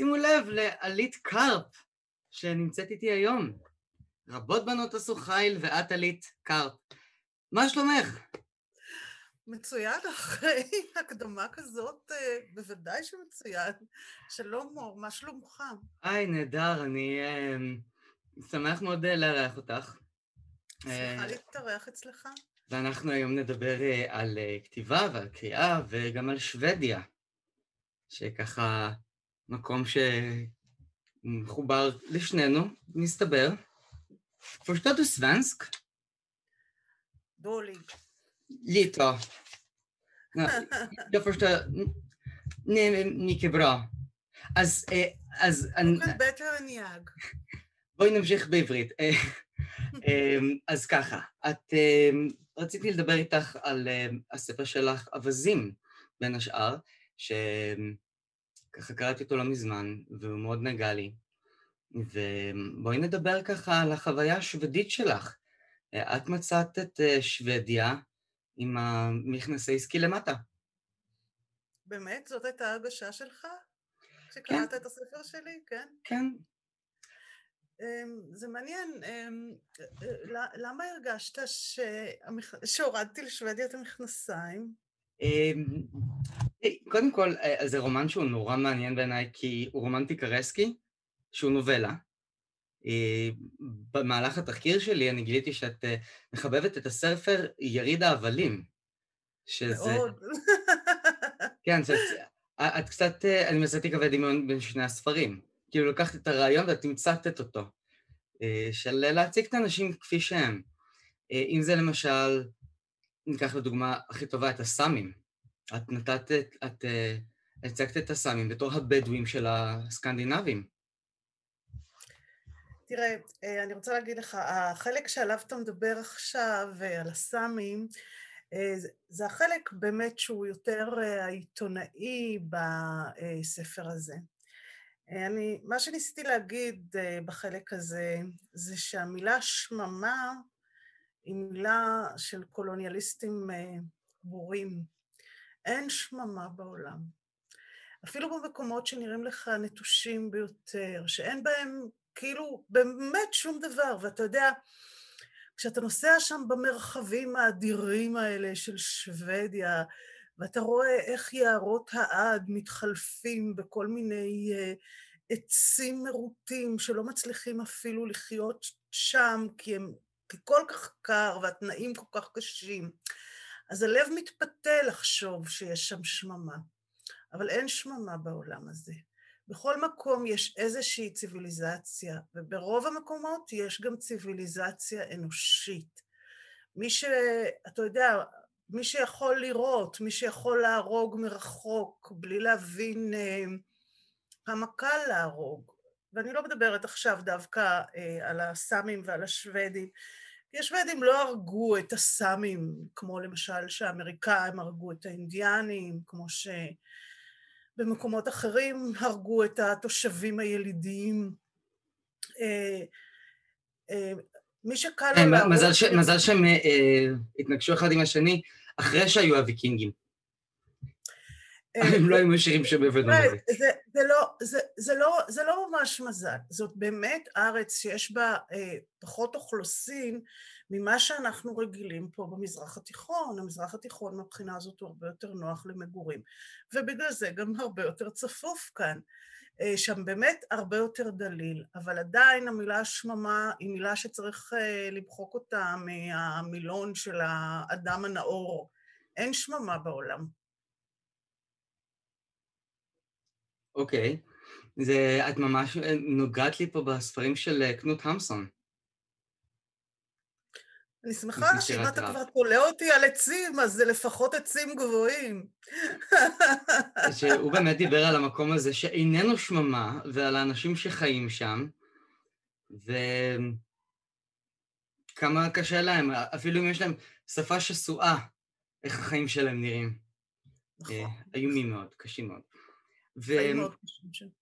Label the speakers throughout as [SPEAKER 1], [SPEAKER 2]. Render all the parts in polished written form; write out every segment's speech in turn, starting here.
[SPEAKER 1] שימו לב לעלית קרפ שנמצאת איתי היום. רבות בנות עשו חיל ואת עלית קרפ. מה שלומך?
[SPEAKER 2] מצוין, אחרי הקדמה כזאת, בוודאי שמצוין. שלום מור, מה שלומך?
[SPEAKER 1] היי, נהדר, אני שמח מאוד לארח אותך.
[SPEAKER 2] שמחה להתארח אצלך.
[SPEAKER 1] ואנחנו היום נדבר על כתיבה ועל קריאה וגם על שוודיה, שככה מקום שמחובר לשנינו, מסתבר. Förstår du svensk?
[SPEAKER 2] דולי.
[SPEAKER 1] Lite. Ja, jag förstår mycket bra. אז
[SPEAKER 2] בטר ניאג.
[SPEAKER 1] בואי נמשיך בעברית. אז ככה, רציתי לדבר איתך על הספר שלך, אווזים, בין השאר, שככה קראתי אותו לא מזמן, והוא מאוד נגע לי. ובואי נדבר ככה על החוויה השוודית שלך. את מצאת את שוודיה עם המכנסי סקי למטה.
[SPEAKER 2] באמת? זאת הייתה ההרגשה שלך?
[SPEAKER 1] כן.
[SPEAKER 2] כשקראת את הספר שלי, כן?
[SPEAKER 1] כן.
[SPEAKER 2] זה מעניין, למה הרגשת שהורדתי לשוודיה את המכנסיים?
[SPEAKER 1] קודם כל, זה רומן שהוא נורא מעניין בעיניי, כי הוא רומן פיקרסקי, שהוא נובלה. במהלך התחקיר שלי אני גיליתי שאת מחבבת את הספר יריד ההבלים.
[SPEAKER 2] מאוד.
[SPEAKER 1] כן, את קצת, אני מצאתי קווי דמיון בין שני הספרים. כאילו לקחת את הרעיון ואת תמצתת אותו. של להציג את האנשים כפי שהם. אם זה למשל, ניקח לדוגמה הכי טובה את הסאמים. את הצגת את הסאמים בתור הבדואים של הסקנדינבים.
[SPEAKER 2] תראה, אני רוצה להגיד לך, החלק שעליו אתה מדבר עכשיו על הסאמים, זה החלק באמת שהוא יותר העיתונאי בספר הזה. מה שניסיתי להגיד בחלק הזה, זה שהמילה שממה היא מילה של קולוניאליסטים בורים. אין שממה בעולם. אפילו במקומות שנראים לך נטושים ביותר, שאין בהם כאילו באמת שום דבר, ואתה יודע, כשאתה נוסע שם במרחבים האדירים האלה של שוודיה, ואתה רואה איך יערות העד מתחלפים בכל מיני עצים מרוטים שלא מצליחים אפילו לחיות שם, כי כל כך קר והתנאים כל כך קשים. אז הלב מתפתה לחשוב שיש שם שממה, אבל אין שממה בעולם הזה. בכל מקום יש איזושהי ציוויליזציה, וברוב המקומות יש גם ציוויליזציה אנושית. אתה יודע, מי שיכול לראות, מי שיכול להרוג מרחוק, בלי להבין כמה קל להרוג. ואני לא מדברת עכשיו דווקא על הסאמים ועל השוודים, כי השוודים לא הרגו את הסאמים, כמו למשל שהאמריקאים הרגו את האינדיאנים, כמו שבמקומות אחרים הרגו את התושבים הילידיים. מי שקל לו להרוג...
[SPEAKER 1] מזל שהם התנגשו אחד עם השני אחרי שהיו הוויקינגים. הם לא היו משאירים שם אבן מוות.
[SPEAKER 2] זה לא ממש מזל. זאת באמת ארץ שיש בה פחות אוכלוסין ממה שאנחנו רגילים פה במזרח התיכון. המזרח התיכון מבחינה הזאת הוא הרבה יותר נוח למגורים. ובגלל זה גם הרבה יותר צפוף כאן. שם באמת הרבה יותר דליל, אבל עדיין המילה שממה היא מילה שצריך למחוק אותה מהמילון של האדם הנאור. אין שממה בעולם.
[SPEAKER 1] אוקיי, את ממש נוגעת לי פה בספרים של קנוט המסון.
[SPEAKER 2] אני שמחה שאם אתה כבר תולה אותי על עצים, אז זה לפחות עצים גבוהים.
[SPEAKER 1] שהוא באמת דיבר על המקום הזה שאיננו שממה, ועל האנשים שחיים שם, וכמה קשה להם, אפילו אם יש להם שפה שסועה, איך החיים שלהם נראים.
[SPEAKER 2] נכון.
[SPEAKER 1] איומים מאוד, קשים מאוד.
[SPEAKER 2] חיים מאוד קשים שם.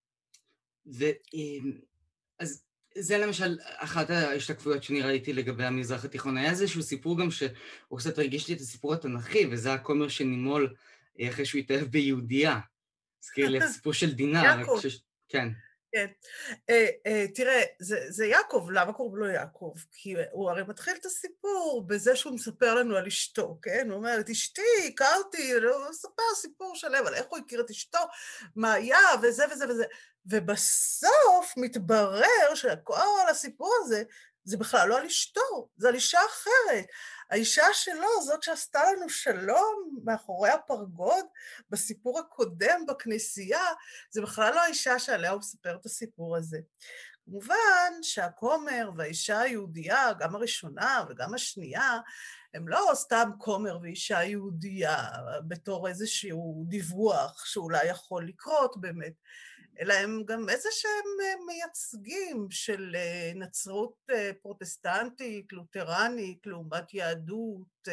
[SPEAKER 1] אז זה למשל אחת ההשתקפויות שאני ראיתי לגבי המזרח התיכון. היה איזשהו סיפור גם שהוא קצת הרגיש לי את הסיפור התנ"כי, וזה הכומר של נימול אחרי שהוא התאהב ביהודייה. הזכיר לי את הסיפור של דינה.
[SPEAKER 2] יעקב.
[SPEAKER 1] כן.
[SPEAKER 2] כן. תראה, זה יעקב, למה קוראים לו יעקב? כי הוא הרי מתחיל את הסיפור בזה שהוא מספר לנו על אשתו, כן? הוא אומר, את אשתי, הכרתי, הוא מספר סיפור שלם על איך הוא הכיר את אשתו, מה היה, וזה וזה וזה. ובסוף מתברר שכל הסיפור הזה, זה בכלל לא על אשתו, זה על אישה אחרת. האישה שלו, זאת שעשתה לנו שלום מאחורי הפרגוד, בסיפור הקודם בכנסייה, זה בכלל לא האישה שעליה הוא מספר את הסיפור הזה. כמובן שהכומר והאישה היהודייה, גם הראשונה וגם השנייה, הם לא סתם כומר ואישה יהודייה בתור איזשהו דיווח שאולי יכול לקרות באמת, אלא הם גם איזה שהם מייצגים של נצרות פרוטסטנטית, לותרנית, לעומת יהדות,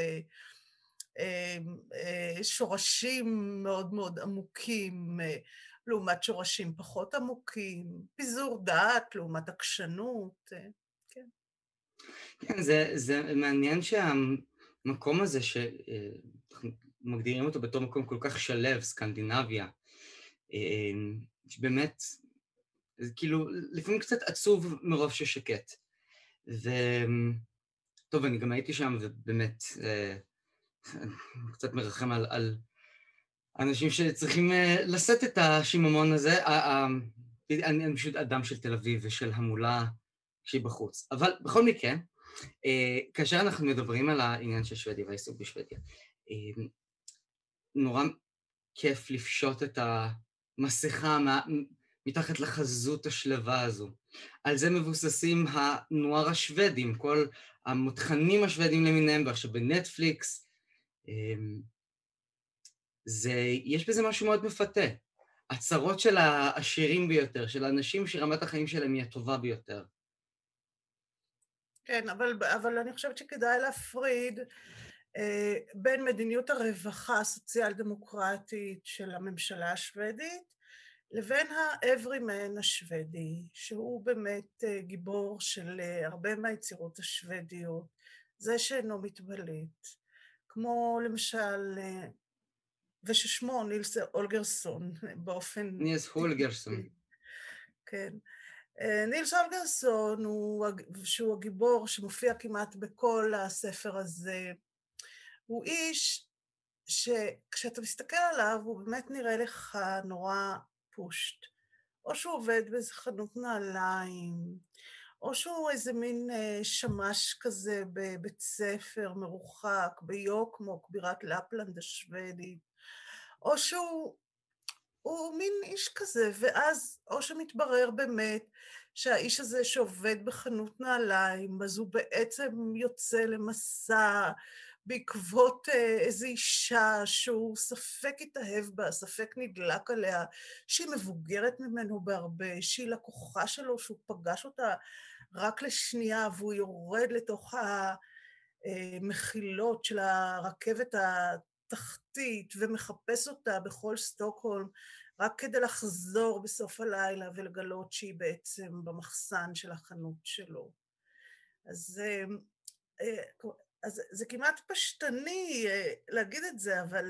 [SPEAKER 2] שורשים מאוד מאוד עמוקים, לעומת שורשים פחות עמוקים, פיזור דעת לעומת עקשנות, כן.
[SPEAKER 1] כן, זה מעניין שהמקום הזה שאנחנו מגדירים אותו בתור מקום כל כך שלב, סקנדינביה, שבאמת, זה כאילו לפעמים קצת עצוב מרוב ששקט. וטוב, אני גם הייתי שם ובאמת קצת מרחם על אנשים שצריכים לשאת את השיממון הזה. אני פשוט אדם של תל אביב ושל המולה שהיא בחוץ. אבל בכל מקרה, כאשר אנחנו מדברים על העניין של שוודיה והעיסוק בשוודיה, נורא כיף לפשוט את המסכה מתחת לחזות השלווה הזו. על זה מבוססים הנואר השוודים, כל המותחנים השוודים למיניהם, ועכשיו בנטפליקס. יש בזה משהו מאוד מפתה. הצרות של העשירים ביותר, של האנשים שרמת החיים שלהם היא הטובה ביותר.
[SPEAKER 2] כן, אבל אני חושבת שכדאי להפריד בין מדיניות הרווחה הסוציאל-דמוקרטית של הממשלה השוודית, לבין האברימן השוודי, שהוא באמת גיבור של הרבה מהיצירות השוודיות, זה שאינו מתבלט, כמו למשל, וששמו נילס אולגרסון, באופן...
[SPEAKER 1] נילס הולגרסון.
[SPEAKER 2] כן. נילס הולגרסון, שהוא הגיבור שמופיע כמעט בכל הספר הזה, הוא איש שכשאתה מסתכל עליו, הוא באמת נראה לך נורא פושט. או שהוא עובד באיזה חנות נעליים, או שהוא איזה מין שמש כזה בבית ספר מרוחק, ביוקמוק, בירת לפלנד השוודית, או שהוא מין איש כזה, ואז או שמתברר באמת שהאיש הזה שעובד בחנות נעליים, אז הוא בעצם יוצא למסע בעקבות איזו אישה שהוא ספק התאהב בה, ספק נדלק עליה, שהיא מבוגרת ממנו בהרבה, שהיא לקוחה שלו, שהוא פגש אותה רק לשנייה, והוא יורד לתוך המחילות של הרכבת התחתית, ומחפש אותה בכל סטוקהולם, רק כדי לחזור בסוף הלילה ולגלות שהיא בעצם במחסן של החנות שלו. אז זה כמעט פשטני להגיד את זה, אבל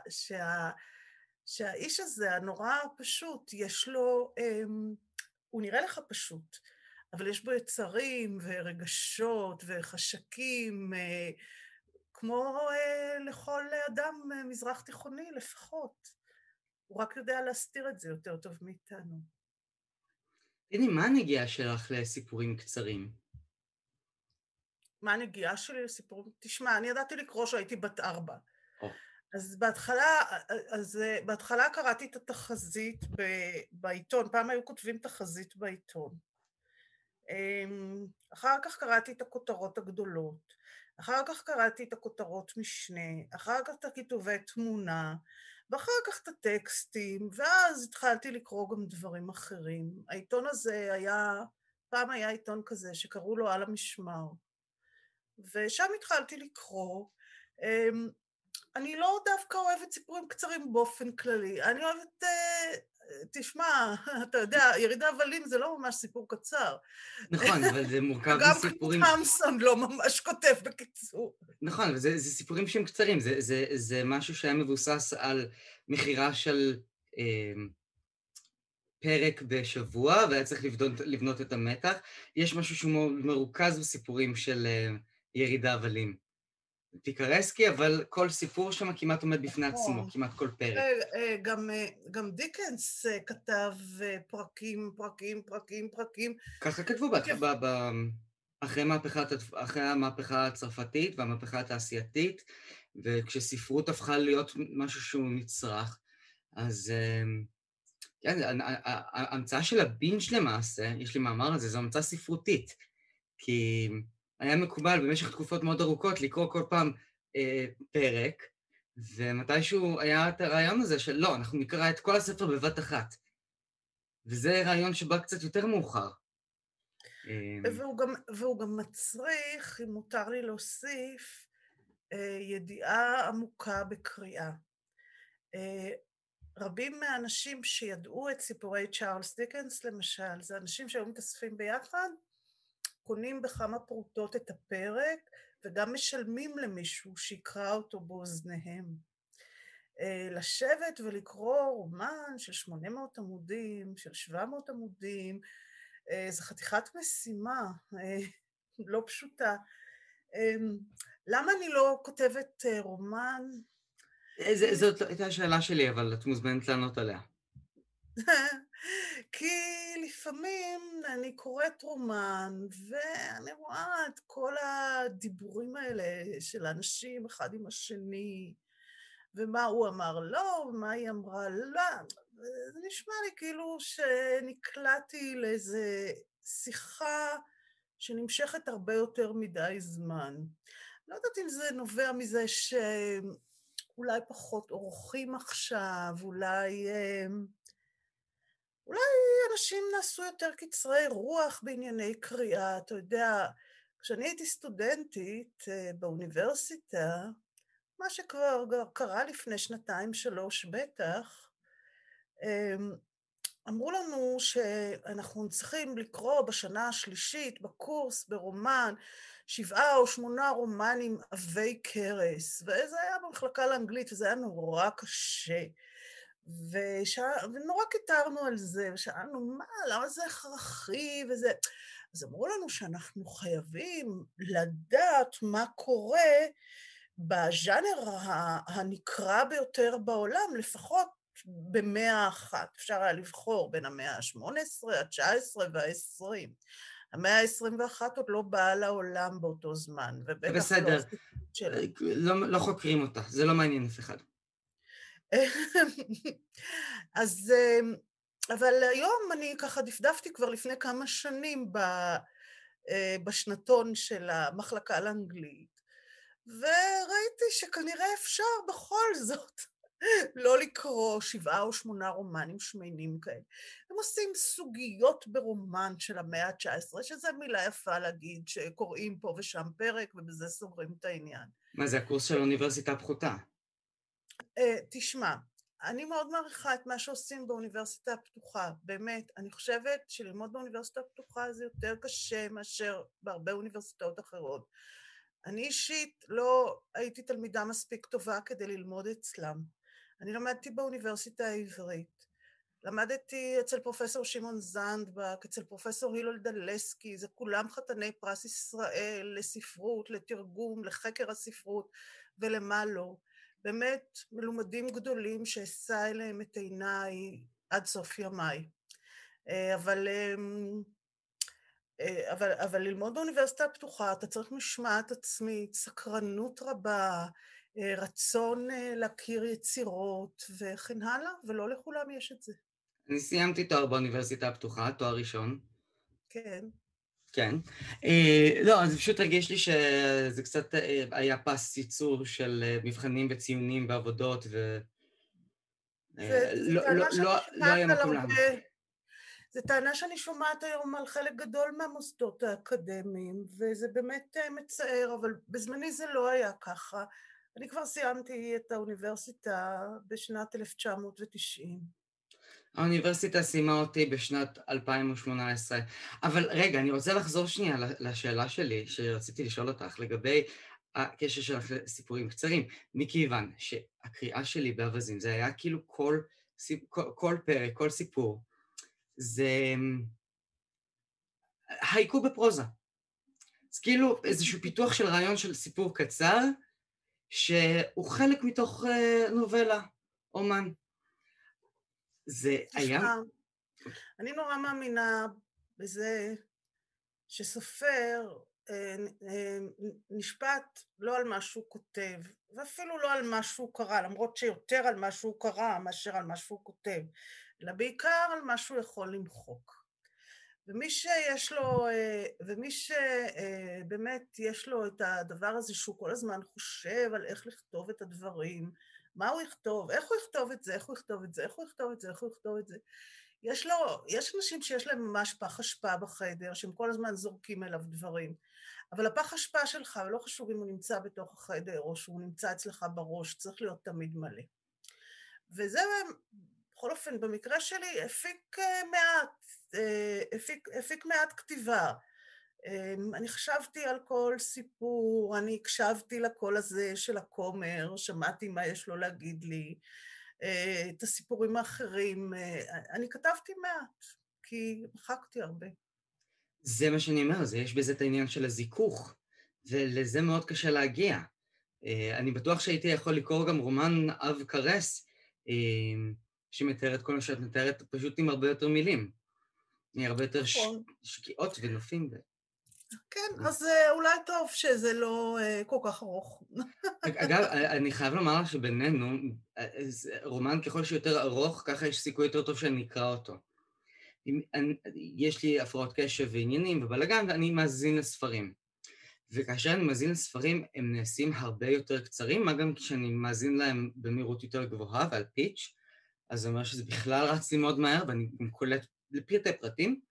[SPEAKER 2] שהאיש הזה, הנורא פשוט, יש לו, הוא נראה לך פשוט, אבל יש בו יצרים ורגשות וחשקים, כמו לכל אדם מזרח תיכוני לפחות. הוא רק יודע להסתיר את זה יותר טוב מאיתנו.
[SPEAKER 1] תראי, מה הנגיעה שלך לסיפורים קצרים?
[SPEAKER 2] מה הנגיעה שלי לסיפורים? תשמע, אני ידעתי לקרוא שהייתי בת 4.
[SPEAKER 1] או.
[SPEAKER 2] אז בהתחלה קראתי את התחזית בעיתון, פעם היו כותבים תחזית בעיתון. אחר כך קראתי את הכותרות הגדולות, אחר כך קראתי את הכותרות משנה, אחר כך את הכיתובי תמונה, ואחר כך את הטקסטים, ואז התחלתי לקרוא גם דברים אחרים. העיתון הזה פעם היה עיתון כזה שקראו לו על המשמר, ושם התחלתי לקרוא. אני לא דווקא אוהבת סיפורים קצרים באופן כללי, אני אוהבת, תשמע, אתה יודע, ירידה הבלים זה לא ממש סיפור קצר.
[SPEAKER 1] נכון, אבל זה מורכב
[SPEAKER 2] גם
[SPEAKER 1] מסיפורים...
[SPEAKER 2] קליט המסון לא ממש כותב בקיצור.
[SPEAKER 1] נכון, אבל זה סיפורים שהם קצרים, זה משהו שהיה מבוסס על מחירה של פרק בשבוע, והיה צריך לבנות את המתח. יש משהו שהוא מרוכז בסיפורים של ירידה הבלים. פיקרסקי, אבל כל סיפור שם כמעט עומד בפני עצמו,
[SPEAKER 2] נכון.
[SPEAKER 1] כמעט כל פרק.
[SPEAKER 2] גם דיקנס כתב פרקים, פרקים, פרקים, פרקים.
[SPEAKER 1] ככה כתבו אחרי המהפכה הצרפתית והמהפכה התעשייתית, וכשספרות הפכה להיות משהו שהוא נצרך, אז כן, ההמצאה של הבינג' למעשה, יש לי מאמר על זה, זו המצאה ספרותית, כי היה מקובל במשך תקופות מאוד ארוכות לקרוא כל פעם פרק, ומתישהו היה את הרעיון הזה של לא, אנחנו נקרא את כל הספר בבת אחת. וזה רעיון שבא קצת יותר מאוחר.
[SPEAKER 2] והוא גם מצריך, אם מותר לי להוסיף, ידיעה עמוקה בקריאה. רבים מהאנשים שידעו את סיפורי צ'ארלס דיקנס, למשל, זה אנשים שהיו מתאספים ביחד, קונים בכמה פרוטות את הפרק, וגם משלמים למישהו שיקרא אותו באוזניהם. לשבת ולקרוא רומן של 800 עמודים, של 700 עמודים, זו חתיכת משימה, לא פשוטה. למה אני לא כותבת רומן?
[SPEAKER 1] זאת הייתה השאלה שלי, אבל את מוזמנת לענות עליה.
[SPEAKER 2] כי לפעמים אני קוראת רומן, ואני רואה את כל הדיבורים האלה של אנשים אחד עם השני, ומה הוא אמר לא, ומה היא אמרה לא. זה נשמע לי כאילו שנקלעתי לאיזה שיחה שנמשכת הרבה יותר מדי זמן. לא יודעת אם זה נובע מזה שאולי פחות אורחים עכשיו, אולי אנשים נעשו יותר קצרי רוח בענייני קריאה. אתה יודע, כשאני הייתי סטודנטית באוניברסיטה, מה שכבר קרה לפני 2-3 בטח, אמרו לנו שאנחנו צריכים לקרוא בשנה השלישית בקורס ברומן 7 או 8 רומנים עבי קרס, וזה היה במחלקה לאנגלית, וזה היה נורא קשה. ונורא קיטרנו על זה, ושאלנו, למה זה הכרחי וזה? אז אמרו לנו שאנחנו חייבים לדעת מה קורה בז'אנר הנקרא ביותר בעולם, לפחות במאה אחת. אפשר היה לבחור בין המאה ה-18, ה-19 וה-20. המאה ה-21 עוד לא באה לעולם באותו זמן, ובטח לא
[SPEAKER 1] בסדר,
[SPEAKER 2] הסיפור שלה.
[SPEAKER 1] לא חוקרים אותה, זה לא מעניין אף אחד.
[SPEAKER 2] אז, אבל היום אני ככה דפדפתי כבר לפני כמה שנים בשנתון של המחלקה לאנגלית, וראיתי שכנראה אפשר בכל זאת לא לקרוא 7 או 8 רומנים שמיינים כאלה. הם עושים סוגיות ברומן של המאה ה-19, שזו מילה יפה להגיד שקוראים פה ושם פרק ובזה סוגרים את העניין.
[SPEAKER 1] מה זה, הקורס של האוניברסיטה הפחותה?
[SPEAKER 2] תשמע, אני מאוד מעריכה את מה שעושים באוניברסיטה הפתוחה, באמת. אני חושבת שללמוד באוניברסיטה הפתוחה זה יותר קשה מאשר בהרבה אוניברסיטאות אחרות. אני אישית לא הייתי תלמידה מספיק טובה כדי ללמוד אצלם. אני למדתי באוניברסיטה העברית. למדתי אצל פרופסור שמעון זנדבק, אצל פרופסור הילול דלסקי, זה כולם חתני פרס ישראל לספרות, לתרגום, לחקר הספרות ולמה לא. באמת מלומדים גדולים שאשא אליהם את עיניי עד סוף ימיי. אבל ללמוד באוניברסיטה הפתוחה, אתה צריך משמעת עצמית, סקרנות רבה, רצון להכיר יצירות וכן הלאה, ולא לכולם יש את זה.
[SPEAKER 1] אני סיימתי תואר באוניברסיטה הפתוחה, תואר ראשון.
[SPEAKER 2] כן.
[SPEAKER 1] כן. לא, אז פשוט הרגיש לי שזה קצת היה פס ייצור של מבחנים וציונים בעבודות, לא היה מקום לנו.
[SPEAKER 2] זו טענה שאני שומעת היום על חלק גדול מהמוסדות האקדמיים, וזה באמת מצער, אבל בזמני זה לא היה ככה. אני כבר סיימתי את האוניברסיטה בשנת 1990.
[SPEAKER 1] האוניברסיטה סיימה אותי בשנת 2018. אבל רגע, אני רוצה לחזור שנייה לשאלה שלי, שרציתי לשאול אותך, לגבי הקשר שלך לסיפורים קצרים, מכיוון שהקריאה שלי באווזים, זה היה כאילו כל פרק, כל סיפור, זה הייקו בפרוזה. זה כאילו איזשהו פיתוח של רעיון של סיפור קצר, שהוא חלק מתוך נובלה, אומן. זה היה...
[SPEAKER 2] תשמע, אני נורא מאמינה בזה שסופר נשפט לא על מה שהוא כותב, ואפילו לא על מה שהוא קרא, למרות שיותר על מה שהוא קרא מאשר על מה שהוא כותב, אלא בעיקר על מה שהוא יכול למחוק. ומי שבאמת יש לו את הדבר הזה שהוא כל הזמן חושב על איך לכתוב את הדברים, מה הוא יכתוב, איך הוא יכתוב את זה, איך הוא יכתוב את זה, איך הוא יכתוב את זה, איך הוא יכתוב את זה. יש אנשים שיש להם ממש פח אשפה בחדר, שהם כל הזמן זורקים אליו דברים, אבל הפח אשפה שלך, ולא חשוב אם הוא נמצא בתוך החדר או שהוא נמצא אצלך בראש, צריך להיות תמיד מלא. וזה, בכל אופן, במקרה שלי, הפיק מעט כתיבה. אני חשבתי על כל סיפור, אני הקשבתי לקול הזה של הכומר, שמעתי מה יש לו להגיד לי, את הסיפורים האחרים. אני כתבתי מעט, כי מחקתי הרבה.
[SPEAKER 1] זה מה שאני אומר, יש בזה את העניין של הזיכוך, ולזה מאוד קשה להגיע. אני בטוח שהייתי יכול לקרוא גם רומן אב קרס, שמתאר את כל מה שאת מתארת, פשוט עם הרבה יותר מילים. הרבה יותר
[SPEAKER 2] נכון.
[SPEAKER 1] שקיעות ונופים.
[SPEAKER 2] כן, אז אולי טוב שזה לא כל כך ארוך.
[SPEAKER 1] אגב, אני חייב לומר שבינינו, רומן ככל שיותר ארוך, ככה יש סיכוי יותר טוב שאני אקרא אותו. יש לי הפרעות קשב ועניינים ובלגן, ואני מאזין לספרים. וכאשר אני מאזין לספרים, הם נעשים הרבה יותר קצרים, מה גם כשאני מאזין להם במהירות יותר גבוהה ועל פיץ', אז זה אומר שזה בכלל רץ לי מאוד מהר, ואני גם קולט לפרטי פרטים,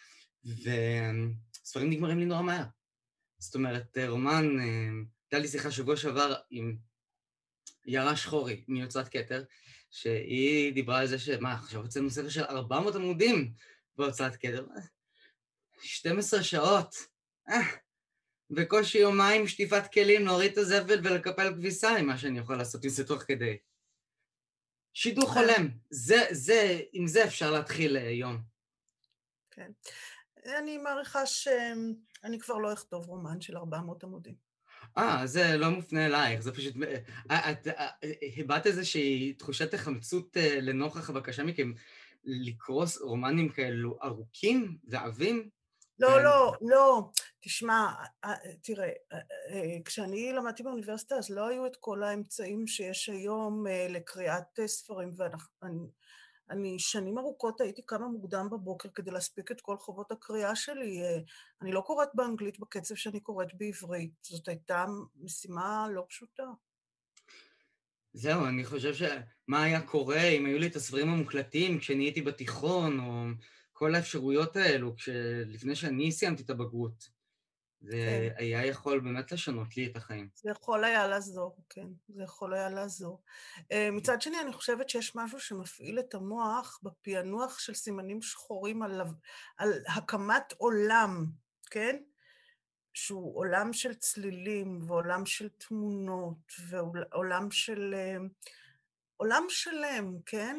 [SPEAKER 1] וספרים נגמרים לי נורא מהר. זאת אומרת, רומן, הייתה לי שיחה שבוע שעבר עם יערה שחורי, מיוצרת כתר, שהיא דיברה על זה עכשיו הוצאנו ספר של 400 עמודים בהוצאת כתר. 12 שעות. בקושי יומיים שטיפת כלים, להוריד את הזבל ולקפל כביסה, עם מה שאני יכול לעשות עם זה תוך כדי. שידוך חולם. עם זה אפשר להתחיל יום.
[SPEAKER 2] כן. אני מעריכה שאני כבר לא אכתוב רומן של 400 עמודים.
[SPEAKER 1] זה לא מופנה אלייך, זה פשוט... את הבאת איזושהי תחושת החמצות לנוכח הבקשה מכם לקרוא רומנים כאלו ארוכים ועבים?
[SPEAKER 2] לא, תשמע, תראה, כשאני למדתי באוניברסיטה אז לא היו את כל האמצעים שיש היום לקריאת ספרים, אני שנים ארוכות הייתי קמה מוקדם בבוקר כדי להספיק את כל חובות הקריאה שלי. אני לא קוראת באנגלית בקצב שאני קוראת בעברית. זאת הייתה משימה לא פשוטה.
[SPEAKER 1] זהו, אני חושב שמה היה קורה אם היו לי את הספרים המוקלטים כשאני הייתי בתיכון, או כל האפשרויות האלו, לפני שאני סיימתי את הבגרות. זה היה יכול באמת לשנות לי את החיים.
[SPEAKER 2] זה יכול היה לעזור, כן. זה יכול היה לעזור. מצד שני, אני חושבת שיש משהו שמפעיל את המוח בפענוח של סימנים שחורים על הקמת עולם, כן? שהוא עולם של צלילים, ועולם של תמונות, ועולם של... עולם שלם, כן?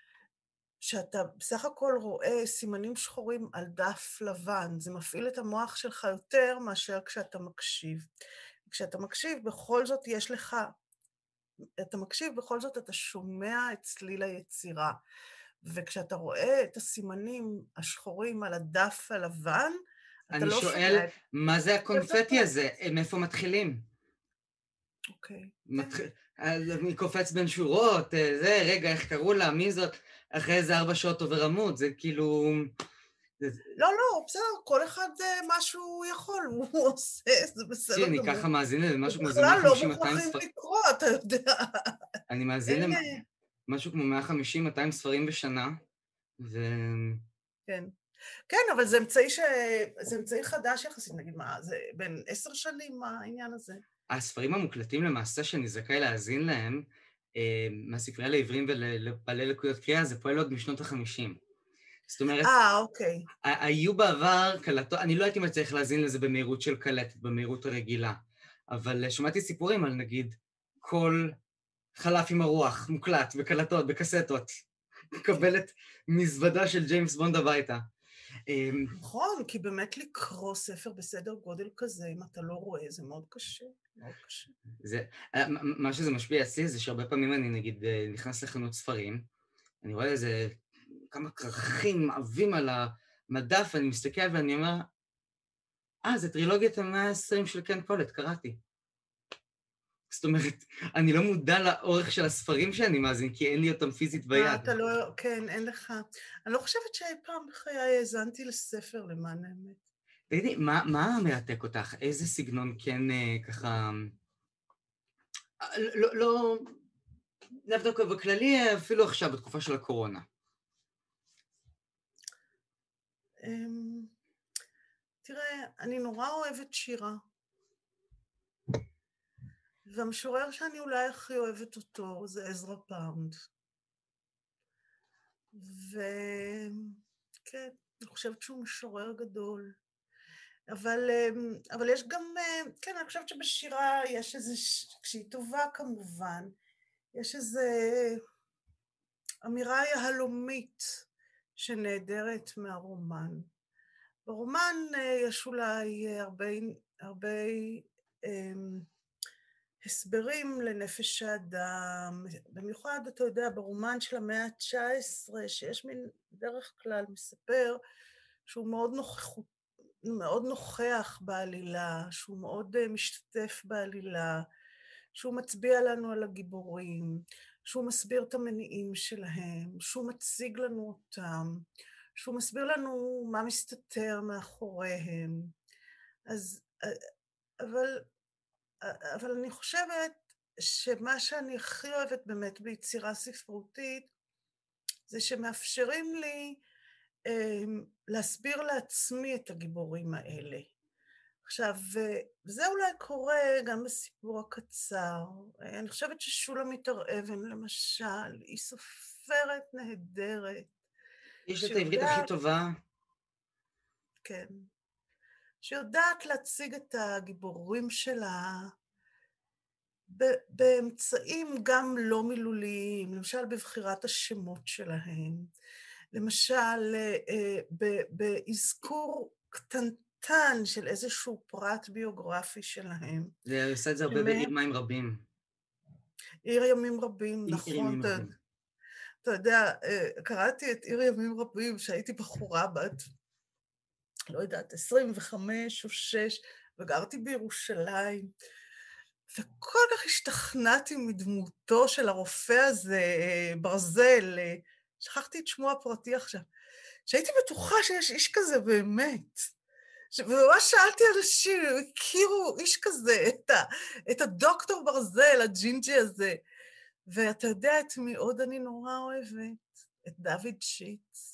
[SPEAKER 2] שאתה בסך הכל רואה סימנים שחורים על דף לבן, זה מפעיל את המוח שלך יותר מאשר כשאתה מקשיב. כשאתה מקשיב, בכל זאת יש לך... אתה מקשיב, בכל זאת אתה שומע את צליל היצירה. וכשאתה רואה את הסימנים השחורים על הדף הלבן, אתה לא שומע...
[SPEAKER 1] אני שואל, מה זה הקונפטי הזה? מאיפה מתחילים?
[SPEAKER 2] אוקיי.
[SPEAKER 1] אני קופץ בין שורות, רגע, איך קראו לה, מי זאת? אחרי איזה 4 שעות עובר עמוד, זה כאילו...
[SPEAKER 2] לא, בסדר, כל אחד מה שהוא יכול, הוא עושה, זה בסדר גמור.
[SPEAKER 1] אני ככה מאזין לזה, משהו כמו 150-200
[SPEAKER 2] בכלל לא מוכרחים לקרוא, אתה יודע.
[SPEAKER 1] אני מאזין למשהו כמו 150-200 ספרים בשנה,
[SPEAKER 2] כן. כן, אבל זה אמצעי חדש יחסית, נגיד מה, זה בין 10 שנים העניין הזה.
[SPEAKER 1] הספרים המוקלטים למעשה שאני זכאי להאזין להם, מהספרייה לעברים ולבעלי לקויות קריאה, זה פועל עוד משנות ה-50. זאת אומרת,
[SPEAKER 2] אוקיי.
[SPEAKER 1] היו בעבר קלטות, אני לא הייתי מצליח להאזין לזה במהירות של קלטת, במהירות הרגילה, אבל שמעתי סיפורים על נגיד כל חלף עם הרוח, מוקלט, בקלטות, בקסטות. מקבלת מזוודה של ג'יימס בונד הביתה.
[SPEAKER 2] נכון, כי באמת לקרוא ספר בסדר גודל כזה, אם אתה לא רואה, זה מאוד קשה, מאוד קשה.
[SPEAKER 1] מה שזה משפיע אצלי זה שהרבה פעמים אני נגיד נכנס לחנות ספרים, אני רואה איזה כמה כרכים עבים על המדף, אני מסתכל ואני אומר, זה טרילוגיית המאה ה-20 של קן פולט, קראתי. זאת אומרת, אני לא מודע לאורך של הספרים שאני מאזין, כי אין לי אותם פיזית ביד.
[SPEAKER 2] אתה לא, כן, אין לך. אני לא חושבת שאי פעם בחיי האזנתי לספר, למען האמת.
[SPEAKER 1] תגידי, מה מרתק אותך? איזה סגנון כן ככה... לא, לאו דווקא בכללי, אפילו עכשיו, בתקופה של הקורונה.
[SPEAKER 2] תראה, אני נורא אוהבת שירה. והמשורר שאני אולי הכי אוהבת אותו זה עזרא פאונד. וכן, אני חושבת שהוא משורר גדול. אבל יש גם, כן, אני חושבת שבשירה יש איזה, כשהיא טובה כמובן, יש איזו אמירה יהלומית שנעדרת מהרומן. ברומן יש אולי הרבה הסברים לנפש האדם, במיוחד, אתה יודע, ברומן של המאה ה-19, שיש מין דרך כלל מספר שהוא מאוד נוכח בעלילה, שהוא מאוד משתתף בעלילה, שהוא מצביע לנו על הגיבורים, שהוא מסביר את המניעים שלהם, שהוא מציג לנו אותם, שהוא מסביר לנו מה מסתתר מאחוריהם. אבל אני חושבת שמה שאני הכי אוהבת באמת ביצירה ספרותית, זה שמאפשרים לי להסביר לעצמי את הגיבורים האלה. עכשיו, וזה אולי קורה גם בסיפור הקצר. אני חושבת ששולמית הר-אבן, למשל, היא סופרת נהדרת.
[SPEAKER 1] יש את העברית הכי טובה.
[SPEAKER 2] כן. שיודעת להציג את הגיבורים שלה באמצעים גם לא מילוליים, למשל בבחירת השמות שלהם, למשל באזכור קטנטן של איזשהו פרט ביוגרפי שלהם.
[SPEAKER 1] זה עושה את זה הרבה בעיר מים רבים.
[SPEAKER 2] עיר ימים רבים,
[SPEAKER 1] עיר
[SPEAKER 2] נכון.
[SPEAKER 1] ימים רבים.
[SPEAKER 2] אתה יודע, קראתי את עיר ימים רבים שהייתי בחורה בת, לא יודעת, 25 או 6, וגרתי בירושלים, וכל כך השתכנעתי מדמותו של הרופא הזה, ברזל, שכחתי את שמו הפרטי עכשיו, שהייתי בטוחה שיש איש כזה באמת. וממש שאלתי אנשים, הם הכירו איש כזה, את הדוקטור ברזל, הג'ינג'י הזה. ואתה יודע את מי עוד אני נורא אוהבת? את דוד שיץ.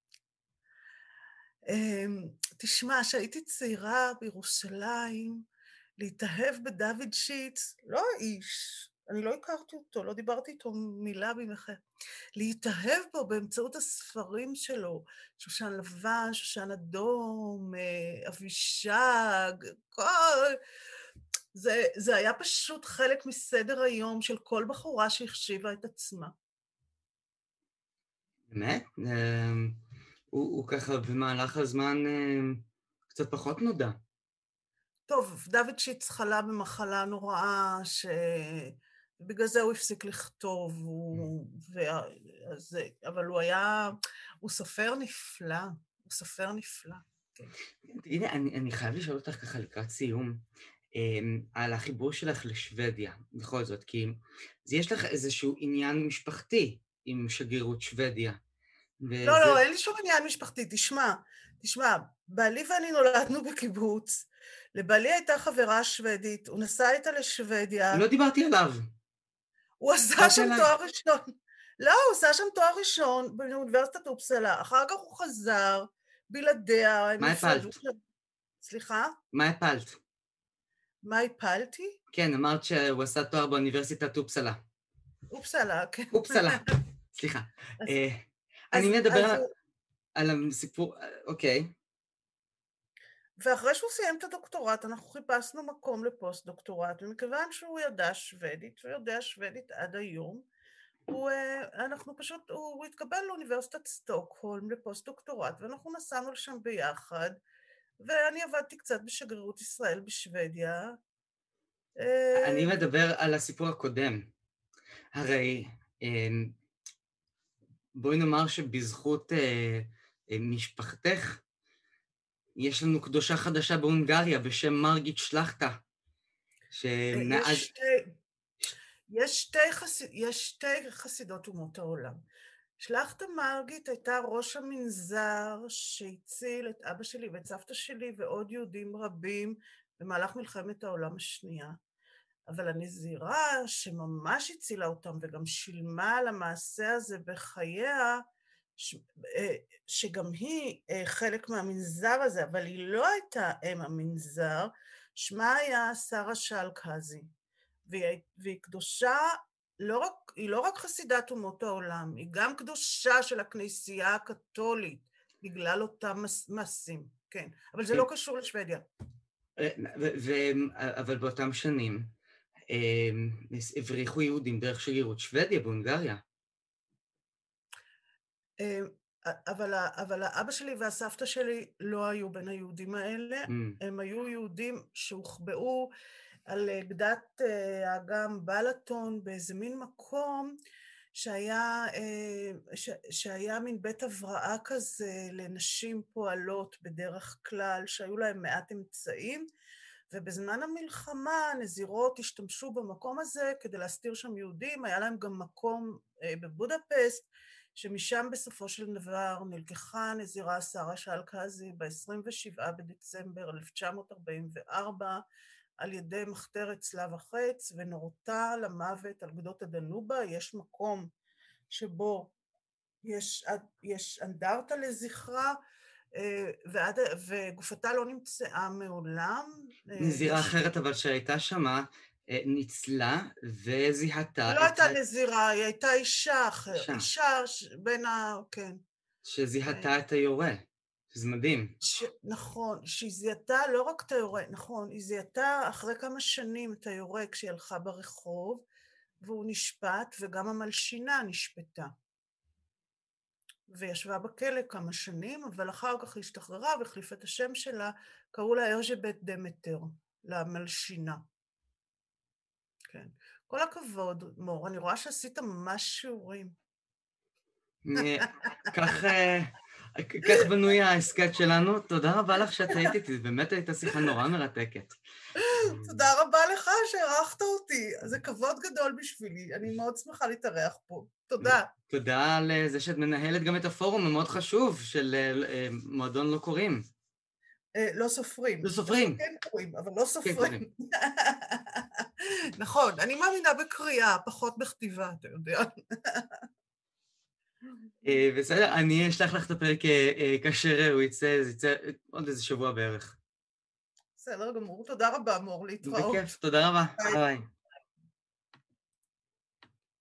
[SPEAKER 2] תשמע, שהייתי צעירה בירושלים, להתאהב בדוד שיץ, לא האיש, אני לא הכרתי אותו, לא דיברתי איתו מילה בימיכם, להתאהב בו באמצעות הספרים שלו, שושן לבן, שושן אדום, אבישג, זה היה פשוט חלק מסדר היום של כל בחורה שהחשיבה את עצמה.
[SPEAKER 1] באמת? הוא ככה במהלך הזמן קצת פחות נודע.
[SPEAKER 2] טוב, דוד שיץ חלה במחלה נוראה, שבגלל זה הוא הפסיק לכתוב, אבל הוא סופר נפלא, הוא סופר נפלא.
[SPEAKER 1] הנה, אני חייב לשאול אותך ככה לקראת סיום, על החיבור שלך לשוודיה, בכל זאת, כי יש לך איזשהו עניין משפחתי עם שגרירות שוודיה.
[SPEAKER 2] לא, אין לי שום עניין משפחתי, תשמע, בעלי ואני נולדנו בקיבוץ, לבעלי הייתה חברה שוודית, הוא נסע איתה לשוודיה.
[SPEAKER 1] לא דיברתי עליו.
[SPEAKER 2] הוא עשה שם תואר ראשון. לא, הוא עשה שם תואר ראשון באוניברסיטת אופסלה, אחר כך הוא חזר בלעדיה.
[SPEAKER 1] מה הפלת?
[SPEAKER 2] סליחה?
[SPEAKER 1] מה הפלת?
[SPEAKER 2] מה הפלתי?
[SPEAKER 1] כן, אמרת שהוא עשה תואר באוניברסיטת אופסלה.
[SPEAKER 2] אופסלה, כן.
[SPEAKER 1] אופסלה, סליחה. אני מדבר על הסיפור, אוקיי.
[SPEAKER 2] ואחרי שהוא סיים את הדוקטורט, אנחנו חיפשנו מקום לפוסט דוקטורט, ומכיוון שהוא ידע שוודית, הוא יודע שוודית עד היום, אנחנו פשוט, הוא התקבל לאוניברסיטת סטוקהולם לפוסט-דוקטורט, ואנחנו נסענו לשם ביחד, ואני עבדתי קצת בשגרירות ישראל בשוודיה.
[SPEAKER 1] אני מדבר על הסיפור הקודם. הרי בואי נאמר שבזכות משפחתך, יש לנו קדושה חדשה בהונגריה בשם מרגיט שלחטה, שמאז...
[SPEAKER 2] יש שתי חסידות אומות העולם. שלחטה מרגיט הייתה ראש המנזר שהציל את אבא שלי ואת סבתא שלי ועוד יהודים רבים במהלך מלחמת העולם השנייה. אבל הנזירה שממש הצילה אותם וגם שילמה על המעשה הזה בחייה, שגם היא חלק מהמנזר הזה, אבל היא לא הייתה אם המנזר, שמה היה שרה שלקזי. והיא קדושה, היא לא רק חסידת אומות העולם, היא גם קדושה של הכנסייה הקתולית, בגלל אותם מעשים, כן. אבל זה לא קשור לשוודיה.
[SPEAKER 1] אבל באותם שנים, הבריחו יהודים דרך שגרירות שוודיה בהונגריה.
[SPEAKER 2] אבל האבא שלי והסבתא שלי לא היו בין היהודים האלה, הם היו יהודים שהוחבאו על גדת האגם בלטון באיזה מין מקום שהיה מין בית הבראה כזה לנשים פועלות בדרך כלל, שהיו להם מעט אמצעים, ובזמן המלחמה הנזירות השתמשו במקום הזה כדי להסתיר שם יהודים. היה להם גם מקום בבודפסט, שמשם בסופו של דבר נלקחה הנזירה שרה שלקזי ב-27 בדצמבר 1944 על ידי מחתרת צלב החץ, ונורתה למוות על גדות הדנובה. יש מקום שבו יש אנדרטה לזכרה, וגופתה לא נמצאה מעולם.
[SPEAKER 1] נזירה אחרת אבל שהייתה שמה, ניצלה וזיהתה...
[SPEAKER 2] היא לא הייתה נזירה, היא הייתה אישה אחרת. אישה בין כן.
[SPEAKER 1] שזיהתה את היורה, שזה מדהים.
[SPEAKER 2] נכון, שהיא זיהתה לא רק את היורה, נכון, היא זיהתה אחרי כמה שנים את היורה כשהיא הלכה ברחוב, והוא נשפט, וגם המלשינה נשפטה. וישבה בכלא כמה שנים, אבל אחר כך היא השתחררה והחליפה את השם שלה, קראו לה ארז'בט דמטר, למלשינה. כן. כל הכבוד, מור, אני רואה שעשית ממש שיעורים.
[SPEAKER 1] כך בנוי ההסקט שלנו. תודה רבה לך שאת היית איתי, באמת הייתה שיחה נורא מרתקת.
[SPEAKER 2] תודה רבה לך שערכת אותי, זה כבוד גדול בשבילי, אני מאוד שמחה להתארח פה. תודה.
[SPEAKER 1] תודה על זה שאת מנהלת גם את הפורום המאוד חשוב של מועדון לא קוראים.
[SPEAKER 2] לא סופרים.
[SPEAKER 1] לא סופרים.
[SPEAKER 2] כן קוראים, אבל לא סופרים. נכון, אני מאמינה בקריאה, פחות בכתיבה, אתה יודע.
[SPEAKER 1] בסדר, אני אשלח לך את הפרק כאשר הוא יצא עוד איזה שבוע בערך.
[SPEAKER 2] בסדר גמור, תודה רבה מור, להתראות.
[SPEAKER 1] בכיף, תודה רבה, ביי.